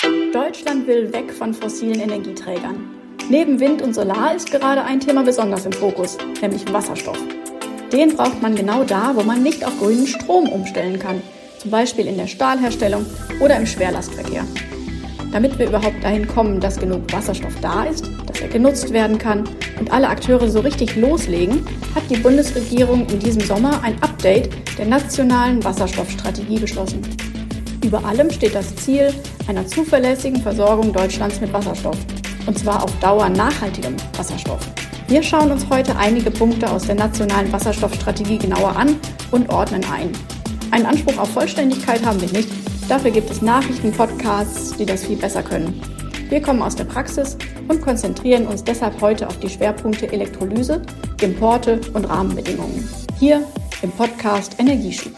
Deutschland will weg von fossilen Energieträgern. Neben Wind und Solar ist gerade ein Thema besonders im Fokus, nämlich Wasserstoff. Den braucht man genau da, wo man nicht auf grünen Strom umstellen kann, zum Beispiel in der Stahlherstellung oder im Schwerlastverkehr. Damit wir überhaupt dahin kommen, dass genug Wasserstoff da ist, dass er genutzt werden kann und alle Akteure so richtig loslegen, hat die Bundesregierung in diesem Sommer ein Update der nationalen Wasserstoffstrategie beschlossen. Über allem steht das Ziel einer zuverlässigen Versorgung Deutschlands mit Wasserstoff, und zwar auf Dauer nachhaltigem Wasserstoff. Wir schauen uns heute einige Punkte aus der nationalen Wasserstoffstrategie genauer an und ordnen ein. Einen Anspruch auf Vollständigkeit haben wir nicht, dafür gibt es Nachrichten, Podcasts, die das viel besser können. Wir kommen aus der Praxis und konzentrieren uns deshalb heute auf die Schwerpunkte Elektrolyse, Importe und Rahmenbedingungen. Hier im Podcast Energieschub.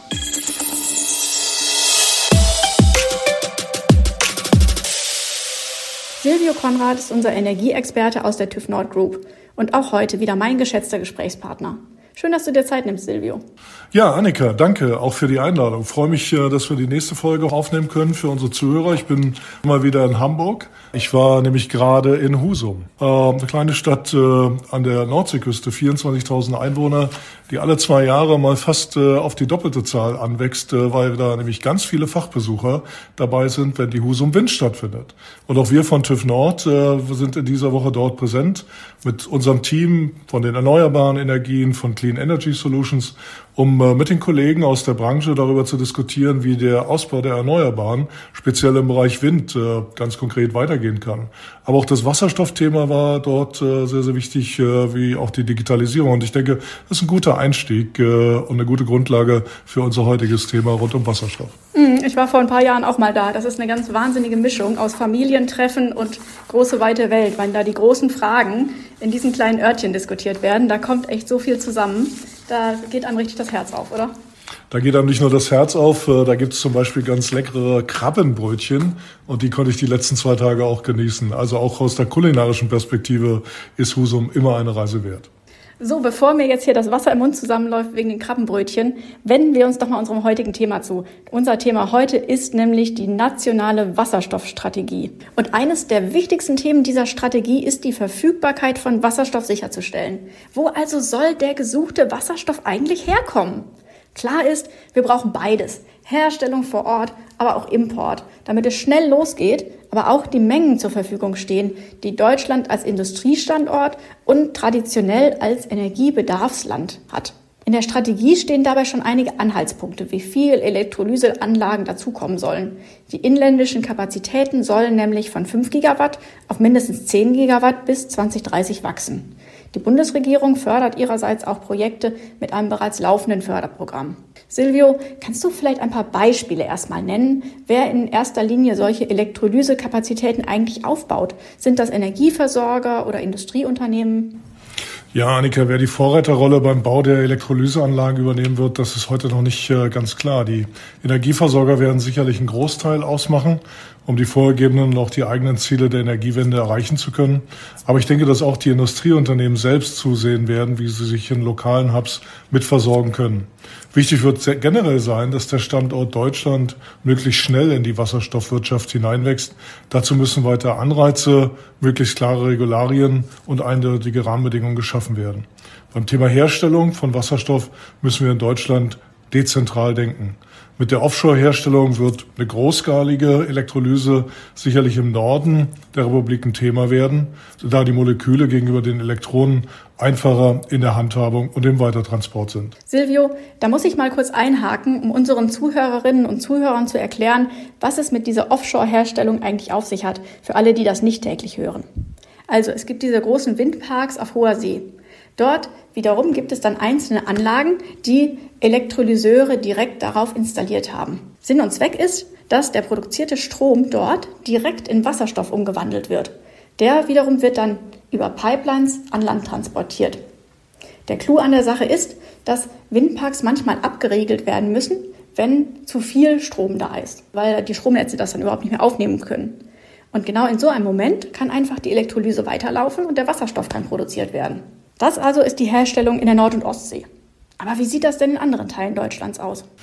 Silvio Konrad ist unser Energieexperte aus der TÜV Nord Group und auch heute wieder mein geschätzter Gesprächspartner. Schön, dass du dir Zeit nimmst, Silvio. Ja, Annika, danke auch für die Einladung. Ich freue mich, dass wir die nächste Folge aufnehmen können für unsere Zuhörer. Ich bin mal wieder in Hamburg. Ich war nämlich gerade in Husum, eine kleine Stadt an der Nordseeküste, 24.000 Einwohner, die alle 2 Jahre mal fast auf die doppelte Zahl anwächst, weil da nämlich ganz viele Fachbesucher dabei sind, wenn die Husum Wind stattfindet. Und auch wir von TÜV Nord wir sind in dieser Woche dort präsent mit unserem Team von den erneuerbaren Energien, von Clean Energy Solutions, um mit den Kollegen aus der Branche darüber zu diskutieren, wie der Ausbau der Erneuerbaren, speziell im Bereich Wind, ganz konkret weitergehen kann. Aber auch das Wasserstoffthema war dort sehr, sehr wichtig, wie auch die Digitalisierung. Und ich denke, das ist ein guter Einstieg und eine gute Grundlage für unser heutiges Thema rund um Wasserstoff. Ich war vor ein paar Jahren auch mal da. Das ist eine ganz wahnsinnige Mischung aus Familientreffen und große, weite Welt. Wenn da die großen Fragen in diesen kleinen Örtchen diskutiert werden, da kommt echt so viel zusammen. Da geht einem richtig das Herz auf, oder? Da geht einem nicht nur das Herz auf, da gibt es zum Beispiel ganz leckere Krabbenbrötchen und die konnte ich die letzten 2 Tage auch genießen. Also auch aus der kulinarischen Perspektive ist Husum immer eine Reise wert. So, bevor mir jetzt hier das Wasser im Mund zusammenläuft wegen den Krabbenbrötchen, wenden wir uns doch mal unserem heutigen Thema zu. Unser Thema heute ist nämlich die nationale Wasserstoffstrategie. Und eines der wichtigsten Themen dieser Strategie ist die Verfügbarkeit von Wasserstoff sicherzustellen. Wo also soll der gesuchte Wasserstoff eigentlich herkommen? Klar ist, wir brauchen beides. Herstellung vor Ort, aber auch Import, damit es schnell losgeht, aber auch die Mengen zur Verfügung stehen, die Deutschland als Industriestandort und traditionell als Energiebedarfsland hat. In der Strategie stehen dabei schon einige Anhaltspunkte, wie viel Elektrolyseanlagen dazukommen sollen. Die inländischen Kapazitäten sollen nämlich von 5 Gigawatt auf mindestens 10 Gigawatt bis 2030 wachsen. Die Bundesregierung fördert ihrerseits auch Projekte mit einem bereits laufenden Förderprogramm. Silvio, kannst du vielleicht ein paar Beispiele erstmal nennen, wer in erster Linie solche Elektrolysekapazitäten eigentlich aufbaut? Sind das Energieversorger oder Industrieunternehmen? Ja, Annika, wer die Vorreiterrolle beim Bau der Elektrolyseanlagen übernehmen wird, das ist heute noch nicht ganz klar. Die Energieversorger werden sicherlich einen Großteil ausmachen, um die vorgegebenen und auch die eigenen Ziele der Energiewende erreichen zu können. Aber ich denke, dass auch die Industrieunternehmen selbst zusehen werden, wie sie sich in lokalen Hubs mitversorgen können. Wichtig wird generell sein, dass der Standort Deutschland möglichst schnell in die Wasserstoffwirtschaft hineinwächst. Dazu müssen weiter Anreize, möglichst klare Regularien und eindeutige Rahmenbedingungen geschaffen werden. Beim Thema Herstellung von Wasserstoff müssen wir in Deutschland dezentral denken. Mit der Offshore-Herstellung wird eine großskalige Elektrolyse sicherlich im Norden der Republik ein Thema werden, da die Moleküle gegenüber den Elektronen einfacher in der Handhabung und im Weitertransport sind. Silvio, da muss ich mal kurz einhaken, um unseren Zuhörerinnen und Zuhörern zu erklären, was es mit dieser Offshore-Herstellung eigentlich auf sich hat, für alle, die das nicht täglich hören. Also, es gibt diese großen Windparks auf hoher See. Dort wiederum gibt es dann einzelne Anlagen, die Elektrolyseure direkt darauf installiert haben. Sinn und Zweck ist, dass der produzierte Strom dort direkt in Wasserstoff umgewandelt wird. Der wiederum wird dann über Pipelines an Land transportiert. Der Clou an der Sache ist, dass Windparks manchmal abgeriegelt werden müssen, wenn zu viel Strom da ist, weil die Stromnetze das dann überhaupt nicht mehr aufnehmen können. Und genau in so einem Moment kann einfach die Elektrolyse weiterlaufen und der Wasserstoff kann produziert werden. Das also ist die Herstellung in der Nord- und Ostsee. Aber wie sieht das denn in anderen Teilen Deutschlands aus?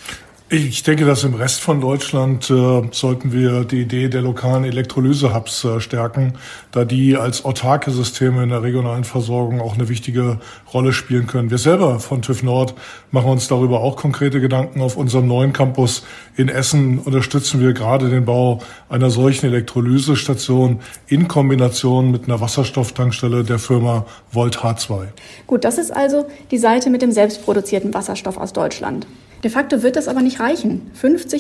Ich denke, dass im Rest von Deutschland sollten wir die Idee der lokalen Elektrolyse-Hubs stärken, da die als autarke Systeme in der regionalen Versorgung auch eine wichtige Rolle spielen können. Wir selber von TÜV Nord machen uns darüber auch konkrete Gedanken. Auf unserem neuen Campus in Essen unterstützen wir gerade den Bau einer solchen Elektrolysestation in Kombination mit einer Wasserstofftankstelle der Firma Volt H2. Gut, das ist also die Seite mit dem selbstproduzierten Wasserstoff aus Deutschland. De facto wird das aber nicht reichen.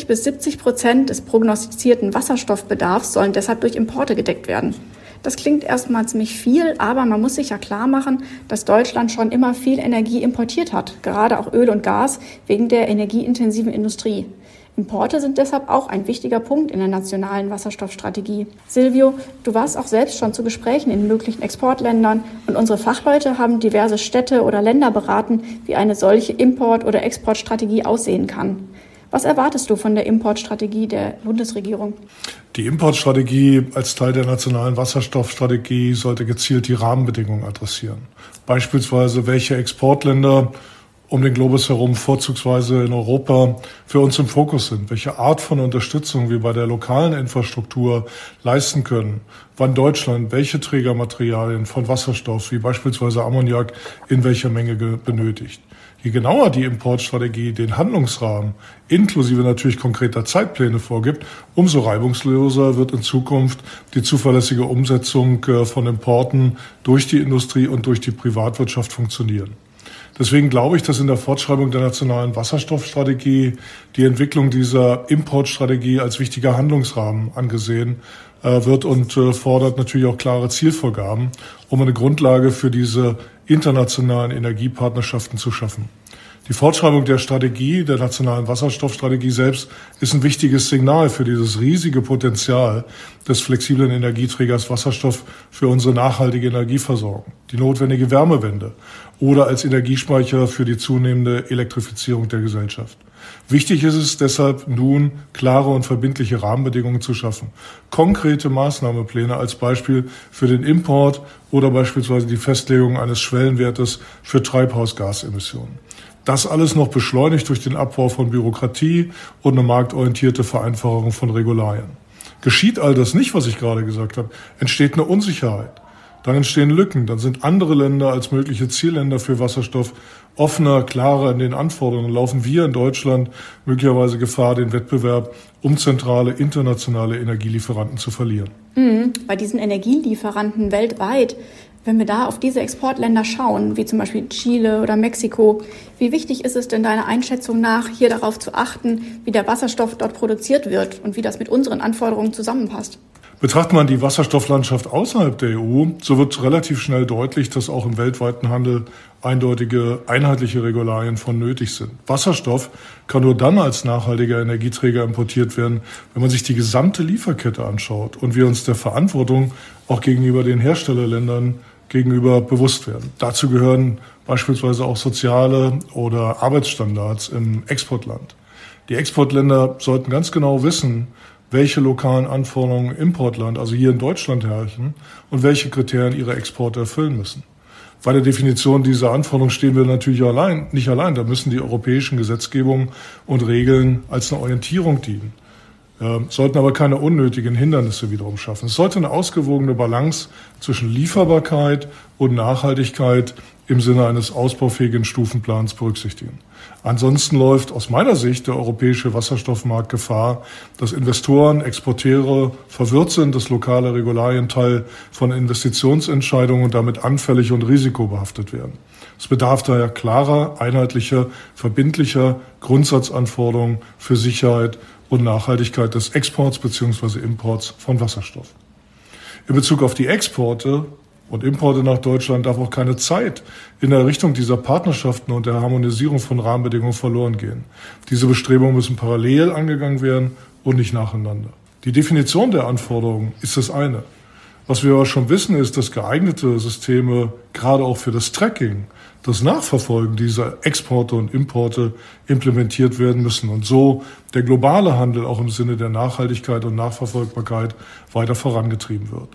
50-70% des prognostizierten Wasserstoffbedarfs sollen deshalb durch Importe gedeckt werden. Das klingt erstmal ziemlich viel, aber man muss sich ja klar machen, dass Deutschland schon immer viel Energie importiert hat, gerade auch Öl und Gas wegen der energieintensiven Industrie. Importe sind deshalb auch ein wichtiger Punkt in der nationalen Wasserstoffstrategie. Silvio, du warst auch selbst schon zu Gesprächen in möglichen Exportländern und unsere Fachleute haben diverse Städte oder Länder beraten, wie eine solche Import- oder Exportstrategie aussehen kann. Was erwartest du von der Importstrategie der Bundesregierung? Die Importstrategie als Teil der nationalen Wasserstoffstrategie sollte gezielt die Rahmenbedingungen adressieren. Beispielsweise, welche Exportländer um den Globus herum, vorzugsweise in Europa, für uns im Fokus sind, welche Art von Unterstützung wir bei der lokalen Infrastruktur leisten können, wann Deutschland welche Trägermaterialien von Wasserstoff, wie beispielsweise Ammoniak, in welcher Menge benötigt. Je genauer die Importstrategie den Handlungsrahmen inklusive natürlich konkreter Zeitpläne vorgibt, umso reibungsloser wird in Zukunft die zuverlässige Umsetzung von Importen durch die Industrie und durch die Privatwirtschaft funktionieren. Deswegen glaube ich, dass in der Fortschreibung der nationalen Wasserstoffstrategie die Entwicklung dieser Importstrategie als wichtiger Handlungsrahmen angesehen wird und fordert natürlich auch klare Zielvorgaben, um eine Grundlage für diese internationalen Energiepartnerschaften zu schaffen. Die Fortschreibung der Strategie, der nationalen Wasserstoffstrategie selbst, ist ein wichtiges Signal für dieses riesige Potenzial des flexiblen Energieträgers Wasserstoff für unsere nachhaltige Energieversorgung, die notwendige Wärmewende oder als Energiespeicher für die zunehmende Elektrifizierung der Gesellschaft. Wichtig ist es deshalb nun, klare und verbindliche Rahmenbedingungen zu schaffen. Konkrete Maßnahmenpläne als Beispiel für den Import oder beispielsweise die Festlegung eines Schwellenwertes für Treibhausgasemissionen. Das alles noch beschleunigt durch den Abbau von Bürokratie und eine marktorientierte Vereinfachung von Regularien. Geschieht all das nicht, was ich gerade gesagt habe, entsteht eine Unsicherheit. Dann entstehen Lücken, dann sind andere Länder als mögliche Zielländer für Wasserstoff offener, klarer in den Anforderungen. Laufen wir in Deutschland möglicherweise Gefahr, den Wettbewerb um zentrale internationale Energielieferanten zu verlieren. Bei diesen Energielieferanten weltweit, wenn wir da auf diese Exportländer schauen, wie zum Beispiel Chile oder Mexiko, wie wichtig ist es denn deiner Einschätzung nach, hier darauf zu achten, wie der Wasserstoff dort produziert wird und wie das mit unseren Anforderungen zusammenpasst? Betrachtet man die Wasserstofflandschaft außerhalb der EU, so wird relativ schnell deutlich, dass auch im weltweiten Handel eindeutige, einheitliche Regularien vonnötig sind. Wasserstoff kann nur dann als nachhaltiger Energieträger importiert werden, wenn man sich die gesamte Lieferkette anschaut und wir uns der Verantwortung auch gegenüber den Herstellerländern gegenüber bewusst werden. Dazu gehören beispielsweise auch soziale oder Arbeitsstandards im Exportland. Die Exportländer sollten ganz genau wissen, welche lokalen Anforderungen im Importland, also hier in Deutschland, herrschen und welche Kriterien ihre Exporte erfüllen müssen. Bei der Definition dieser Anforderungen stehen wir natürlich nicht allein. Da müssen die europäischen Gesetzgebungen und Regeln als eine Orientierung dienen, sollten aber keine unnötigen Hindernisse wiederum schaffen. Es sollte eine ausgewogene Balance zwischen Lieferbarkeit und Nachhaltigkeit im Sinne eines ausbaufähigen Stufenplans berücksichtigen. Ansonsten läuft aus meiner Sicht der europäische Wasserstoffmarkt Gefahr, dass Investoren, Exporteure verwirrt sind, dass lokale Regularien Teil von Investitionsentscheidungen und damit anfällig und risikobehaftet werden. Es bedarf daher klarer, einheitlicher, verbindlicher Grundsatzanforderungen für Sicherheit und Nachhaltigkeit des Exports bzw. Imports von Wasserstoff. In Bezug auf die Exporte und Importe nach Deutschland darf auch keine Zeit in der Richtung dieser Partnerschaften und der Harmonisierung von Rahmenbedingungen verloren gehen. Diese Bestrebungen müssen parallel angegangen werden und nicht nacheinander. Die Definition der Anforderungen ist das eine. Was wir aber schon wissen, ist, dass geeignete Systeme gerade auch für das Tracking, das Nachverfolgen dieser Exporte und Importe implementiert werden müssen und so der globale Handel auch im Sinne der Nachhaltigkeit und Nachverfolgbarkeit weiter vorangetrieben wird.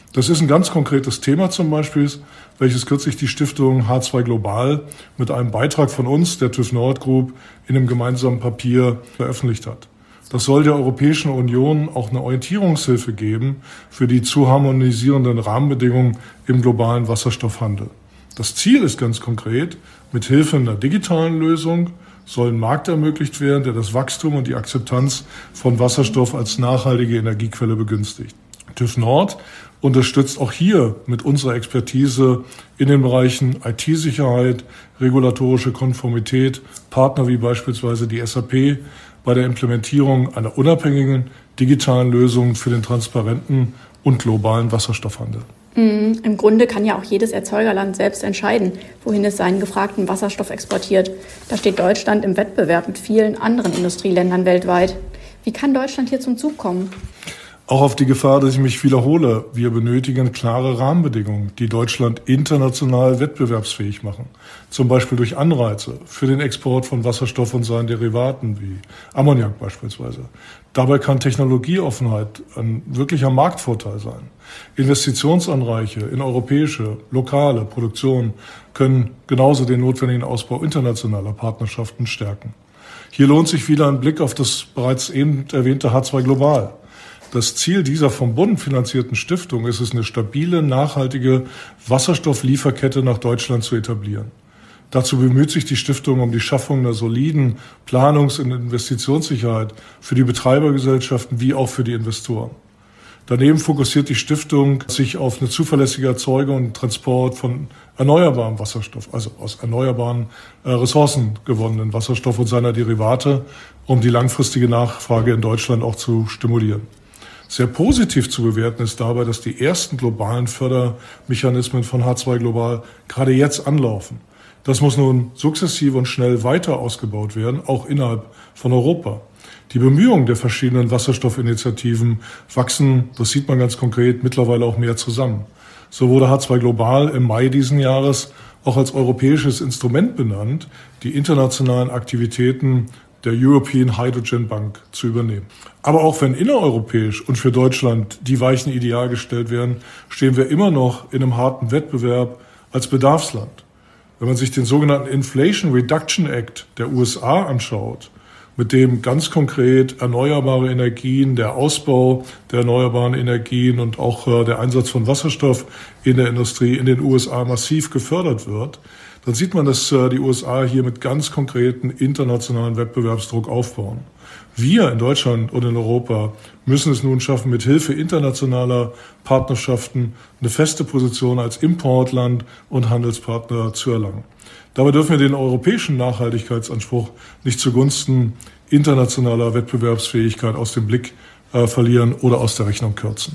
Das ist ein ganz konkretes Thema zum Beispiel, welches kürzlich die Stiftung H2 Global mit einem Beitrag von uns, der TÜV Nord Group, in einem gemeinsamen Papier veröffentlicht hat. Das soll der Europäischen Union auch eine Orientierungshilfe geben für die zu harmonisierenden Rahmenbedingungen im globalen Wasserstoffhandel. Das Ziel ist ganz konkret, mit Hilfe einer digitalen Lösung soll ein Markt ermöglicht werden, der das Wachstum und die Akzeptanz von Wasserstoff als nachhaltige Energiequelle begünstigt. TÜV Nord unterstützt auch hier mit unserer Expertise in den Bereichen IT-Sicherheit, regulatorische Konformität, Partner wie beispielsweise die SAP bei der Implementierung einer unabhängigen digitalen Lösung für den transparenten und globalen Wasserstoffhandel. Im Grunde kann ja auch jedes Erzeugerland selbst entscheiden, wohin es seinen gefragten Wasserstoff exportiert. Da steht Deutschland im Wettbewerb mit vielen anderen Industrieländern weltweit. Wie kann Deutschland hier zum Zug kommen? Auch auf die Gefahr, dass ich mich wiederhole, wir benötigen klare Rahmenbedingungen, die Deutschland international wettbewerbsfähig machen. Zum Beispiel durch Anreize für den Export von Wasserstoff und seinen Derivaten wie Ammoniak beispielsweise. Dabei kann Technologieoffenheit ein wirklicher Marktvorteil sein. Investitionsanreiche in europäische, lokale Produktion können genauso den notwendigen Ausbau internationaler Partnerschaften stärken. Hier lohnt sich wieder ein Blick auf das bereits eben erwähnte H2 Global. Das Ziel dieser vom Bund finanzierten Stiftung ist es, eine stabile, nachhaltige Wasserstofflieferkette nach Deutschland zu etablieren. Dazu bemüht sich die Stiftung um die Schaffung einer soliden Planungs- und Investitionssicherheit für die Betreibergesellschaften wie auch für die Investoren. Daneben fokussiert die Stiftung sich auf eine zuverlässige Erzeugung und Transport von erneuerbarem Wasserstoff, also aus erneuerbaren Ressourcen gewonnenen Wasserstoff und seiner Derivate, um die langfristige Nachfrage in Deutschland auch zu stimulieren. Sehr positiv zu bewerten ist dabei, dass die ersten globalen Fördermechanismen von H2 Global gerade jetzt anlaufen. Das muss nun sukzessive und schnell weiter ausgebaut werden, auch innerhalb von Europa. Die Bemühungen der verschiedenen Wasserstoffinitiativen wachsen, das sieht man ganz konkret, mittlerweile auch mehr zusammen. So wurde H2 Global im Mai diesen Jahres auch als europäisches Instrument benannt, die internationalen Aktivitäten der European Hydrogen Bank zu übernehmen. Aber auch wenn innereuropäisch und für Deutschland die Weichen ideal gestellt werden, stehen wir immer noch in einem harten Wettbewerb als Bedarfsland. Wenn man sich den sogenannten Inflation Reduction Act der USA anschaut, mit dem ganz konkret erneuerbare Energien, der Ausbau der erneuerbaren Energien und auch der Einsatz von Wasserstoff in der Industrie in den USA massiv gefördert wird, dann sieht man, dass die USA hier mit ganz konkreten internationalen Wettbewerbsdruck aufbauen. Wir in Deutschland und in Europa müssen es nun schaffen, mit Hilfe internationaler Partnerschaften eine feste Position als Importland und Handelspartner zu erlangen. Dabei dürfen wir den europäischen Nachhaltigkeitsanspruch nicht zugunsten internationaler Wettbewerbsfähigkeit aus dem Blick verlieren oder aus der Rechnung kürzen.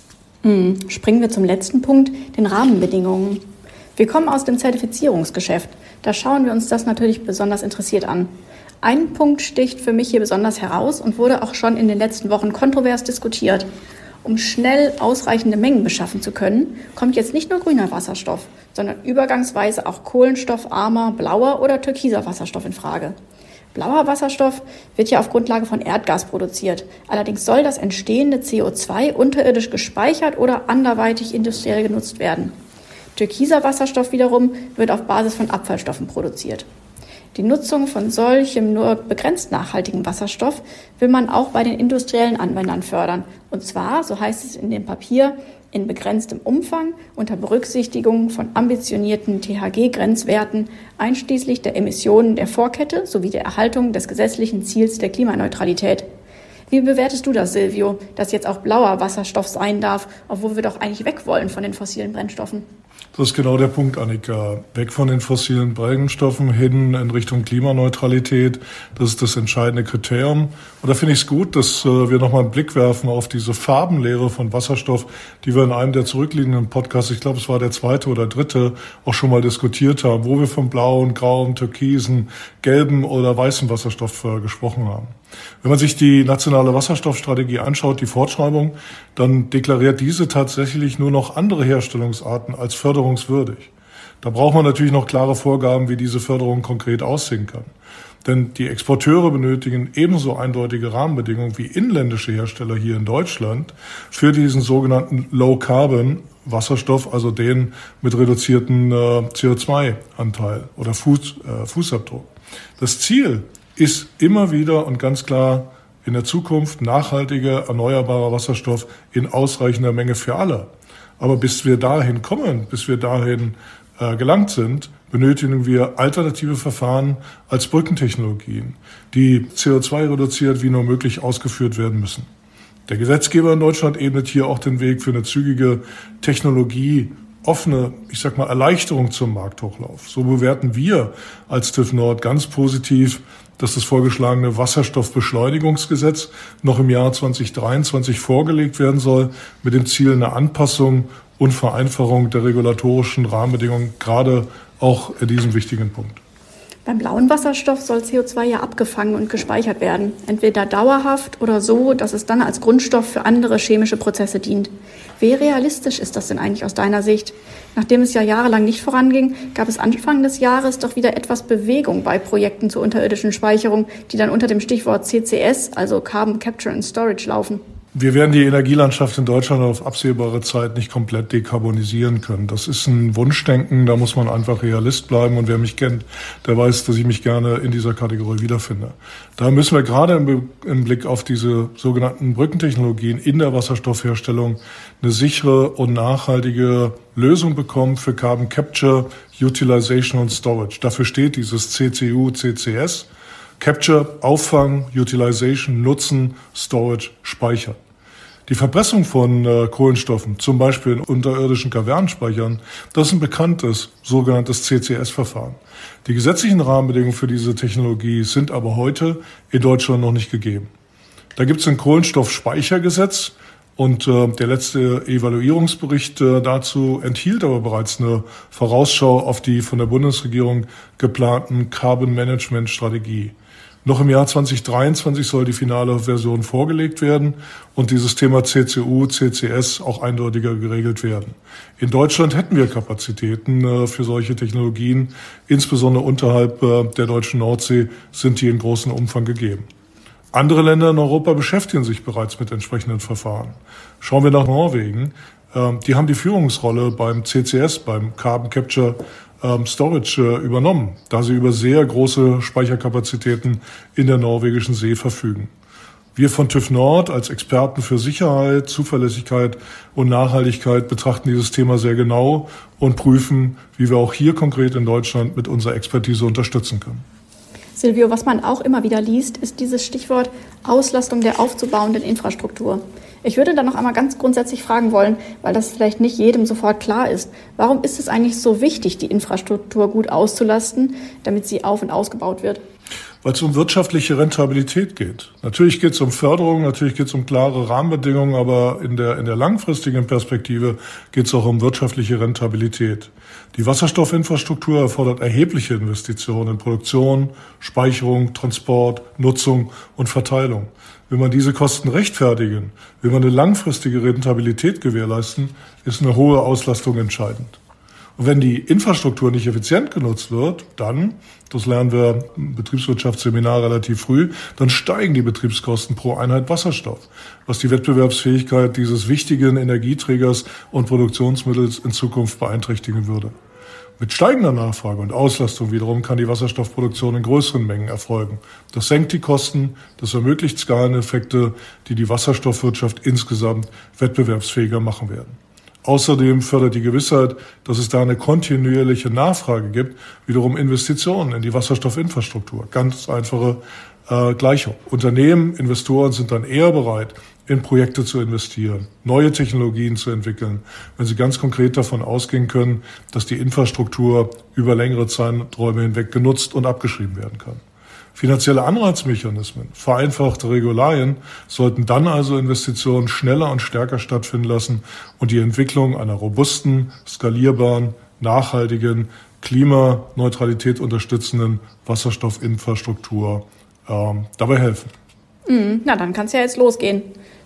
Springen wir zum letzten Punkt, den Rahmenbedingungen. Wir kommen aus dem Zertifizierungsgeschäft. Da schauen wir uns das natürlich besonders interessiert an. Ein Punkt sticht für mich hier besonders heraus und wurde auch schon in den letzten Wochen kontrovers diskutiert. Um schnell ausreichende Mengen beschaffen zu können, kommt jetzt nicht nur grüner Wasserstoff, sondern übergangsweise auch kohlenstoffarmer, blauer oder türkiser Wasserstoff in Frage. Blauer Wasserstoff wird ja auf Grundlage von Erdgas produziert. Allerdings soll das entstehende CO2 unterirdisch gespeichert oder anderweitig industriell genutzt werden. Türkiser Wasserstoff wiederum wird auf Basis von Abfallstoffen produziert. Die Nutzung von solchem nur begrenzt nachhaltigen Wasserstoff will man auch bei den industriellen Anwendern fördern. Und zwar, so heißt es in dem Papier, in begrenztem Umfang unter Berücksichtigung von ambitionierten THG-Grenzwerten einschließlich der Emissionen der Vorkette sowie der Erhaltung des gesetzlichen Ziels der Klimaneutralität. Wie bewertest du das, Silvio, dass jetzt auch blauer Wasserstoff sein darf, obwohl wir doch eigentlich weg wollen von den fossilen Brennstoffen? Das ist genau der Punkt, Annika. Weg von den fossilen Brennstoffen hin in Richtung Klimaneutralität. Das ist das entscheidende Kriterium. Und da finde ich es gut, dass wir nochmal einen Blick werfen auf diese Farbenlehre von Wasserstoff, die wir in einem der zurückliegenden Podcasts, ich glaube, es war der 2. oder 3., auch schon mal diskutiert haben, wo wir vom blauen, grauen, türkisen, gelben oder weißen Wasserstoff gesprochen haben. Wenn man sich die nationale Wasserstoffstrategie anschaut, die Fortschreibung, dann deklariert diese tatsächlich nur noch andere Herstellungsarten als förderungswürdig. Da braucht man natürlich noch klare Vorgaben, wie diese Förderung konkret aussehen kann. Denn die Exporteure benötigen ebenso eindeutige Rahmenbedingungen wie inländische Hersteller hier in Deutschland für diesen sogenannten Low-Carbon-Wasserstoff, also den mit reduzierten CO2-Anteil oder Fußabdruck. Das Ziel ist immer wieder und ganz klar in der Zukunft nachhaltiger, erneuerbarer Wasserstoff in ausreichender Menge für alle. Aber bis wir dahin kommen, bis wir dahin gelangt sind, benötigen wir alternative Verfahren als Brückentechnologien, die CO2 reduziert wie nur möglich ausgeführt werden müssen. Der Gesetzgeber in Deutschland ebnet hier auch den Weg für eine zügige technologieoffene, Erleichterung zum Markthochlauf. So bewerten wir als TÜV Nord ganz positiv, dass das vorgeschlagene Wasserstoffbeschleunigungsgesetz noch im Jahr 2023 vorgelegt werden soll, mit dem Ziel einer Anpassung und Vereinfachung der regulatorischen Rahmenbedingungen, gerade auch in diesem wichtigen Punkt. Beim blauen Wasserstoff soll CO2 ja abgefangen und gespeichert werden, entweder dauerhaft oder so, dass es dann als Grundstoff für andere chemische Prozesse dient. Wie realistisch ist das denn eigentlich aus deiner Sicht? Nachdem es ja jahrelang nicht voranging, gab es Anfang des Jahres doch wieder etwas Bewegung bei Projekten zur unterirdischen Speicherung, die dann unter dem Stichwort CCS, also Carbon Capture and Storage, laufen. Wir werden die Energielandschaft in Deutschland auf absehbare Zeit nicht komplett dekarbonisieren können. Das ist ein Wunschdenken, da muss man einfach Realist bleiben. Und wer mich kennt, der weiß, dass ich mich gerne in dieser Kategorie wiederfinde. Da müssen wir gerade im Blick auf diese sogenannten Brückentechnologien in der Wasserstoffherstellung eine sichere und nachhaltige Lösung bekommen für Carbon Capture, Utilization und Storage. Dafür steht dieses CCU, CCS. Capture, Auffangen, Utilization, Nutzen, Storage, Speichern. Die Verpressung von Kohlenstoffen, zum Beispiel in unterirdischen Kavernenspeichern, das ist ein bekanntes, sogenanntes CCS-Verfahren. Die gesetzlichen Rahmenbedingungen für diese Technologie sind aber heute in Deutschland noch nicht gegeben. Da gibt es ein Kohlenstoffspeichergesetz und der letzte Evaluierungsbericht dazu enthielt aber bereits eine Vorausschau auf die von der Bundesregierung geplanten Carbon-Management-Strategie. Noch im Jahr 2023 soll die finale Version vorgelegt werden und dieses Thema CCU, CCS auch eindeutiger geregelt werden. In Deutschland hätten wir Kapazitäten für solche Technologien, insbesondere unterhalb der deutschen Nordsee sind die in großem Umfang gegeben. Andere Länder in Europa beschäftigen sich bereits mit entsprechenden Verfahren. Schauen wir nach Norwegen. Die haben die Führungsrolle beim CCS, beim Carbon Capture Storage übernommen, da sie über sehr große Speicherkapazitäten in der norwegischen See verfügen. Wir von TÜV Nord als Experten für Sicherheit, Zuverlässigkeit und Nachhaltigkeit betrachten dieses Thema sehr genau und prüfen, wie wir auch hier konkret in Deutschland mit unserer Expertise unterstützen können. Silvio, was man auch immer wieder liest, ist dieses Stichwort Auslastung der aufzubauenden Infrastruktur. Ich würde da noch einmal ganz grundsätzlich fragen wollen, weil das vielleicht nicht jedem sofort klar ist. Warum ist es eigentlich so wichtig, die Infrastruktur gut auszulasten, damit sie auf- und ausgebaut wird? Weil es um wirtschaftliche Rentabilität geht. Natürlich geht es um Förderung, natürlich geht es um klare Rahmenbedingungen, aber in der langfristigen Perspektive geht es auch um wirtschaftliche Rentabilität. Die Wasserstoffinfrastruktur erfordert erhebliche Investitionen in Produktion, Speicherung, Transport, Nutzung und Verteilung. Will man diese Kosten rechtfertigen, will man eine langfristige Rentabilität gewährleisten, ist eine hohe Auslastung entscheidend. Und wenn die Infrastruktur nicht effizient genutzt wird, dann, das lernen wir im Betriebswirtschaftsseminar relativ früh, dann steigen die Betriebskosten pro Einheit Wasserstoff, was die Wettbewerbsfähigkeit dieses wichtigen Energieträgers und Produktionsmittels in Zukunft beeinträchtigen würde. Mit steigender Nachfrage und Auslastung wiederum kann die Wasserstoffproduktion in größeren Mengen erfolgen. Das senkt die Kosten, das ermöglicht Skaleneffekte, die die Wasserstoffwirtschaft insgesamt wettbewerbsfähiger machen werden. Außerdem fördert die Gewissheit, dass es da eine kontinuierliche Nachfrage gibt, wiederum Investitionen in die Wasserstoffinfrastruktur. Ganz einfache Gleichung. Unternehmen, Investoren sind dann eher bereit, in Projekte zu investieren, neue Technologien zu entwickeln, wenn sie ganz konkret davon ausgehen können, dass die Infrastruktur über längere Zeiträume hinweg genutzt und abgeschrieben werden kann. Finanzielle Anreizmechanismen, vereinfachte Regularien sollten dann also Investitionen schneller und stärker stattfinden lassen und die Entwicklung einer robusten, skalierbaren, nachhaltigen, Klimaneutralität unterstützenden Wasserstoffinfrastruktur dabei helfen. Na, dann kann es ja jetzt losgehen.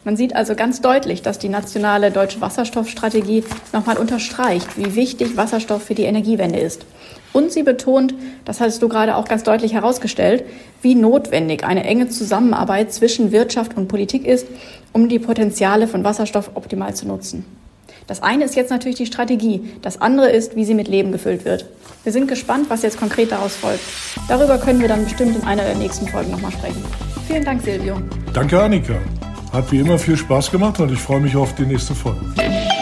Man sieht also ganz deutlich, dass die nationale deutsche Wasserstoffstrategie nochmal unterstreicht, wie wichtig Wasserstoff für die Energiewende ist. Und sie betont, das hast du gerade auch ganz deutlich herausgestellt, wie notwendig eine enge Zusammenarbeit zwischen Wirtschaft und Politik ist, um die Potenziale von Wasserstoff optimal zu nutzen. Das eine ist jetzt natürlich die Strategie, das andere ist, wie sie mit Leben gefüllt wird. Wir sind gespannt, was jetzt konkret daraus folgt. Darüber können wir dann bestimmt in einer der nächsten Folgen nochmal sprechen. Vielen Dank, Silvio. Danke, Annika. Hat wie immer viel Spaß gemacht und ich freue mich auf die nächste Folge.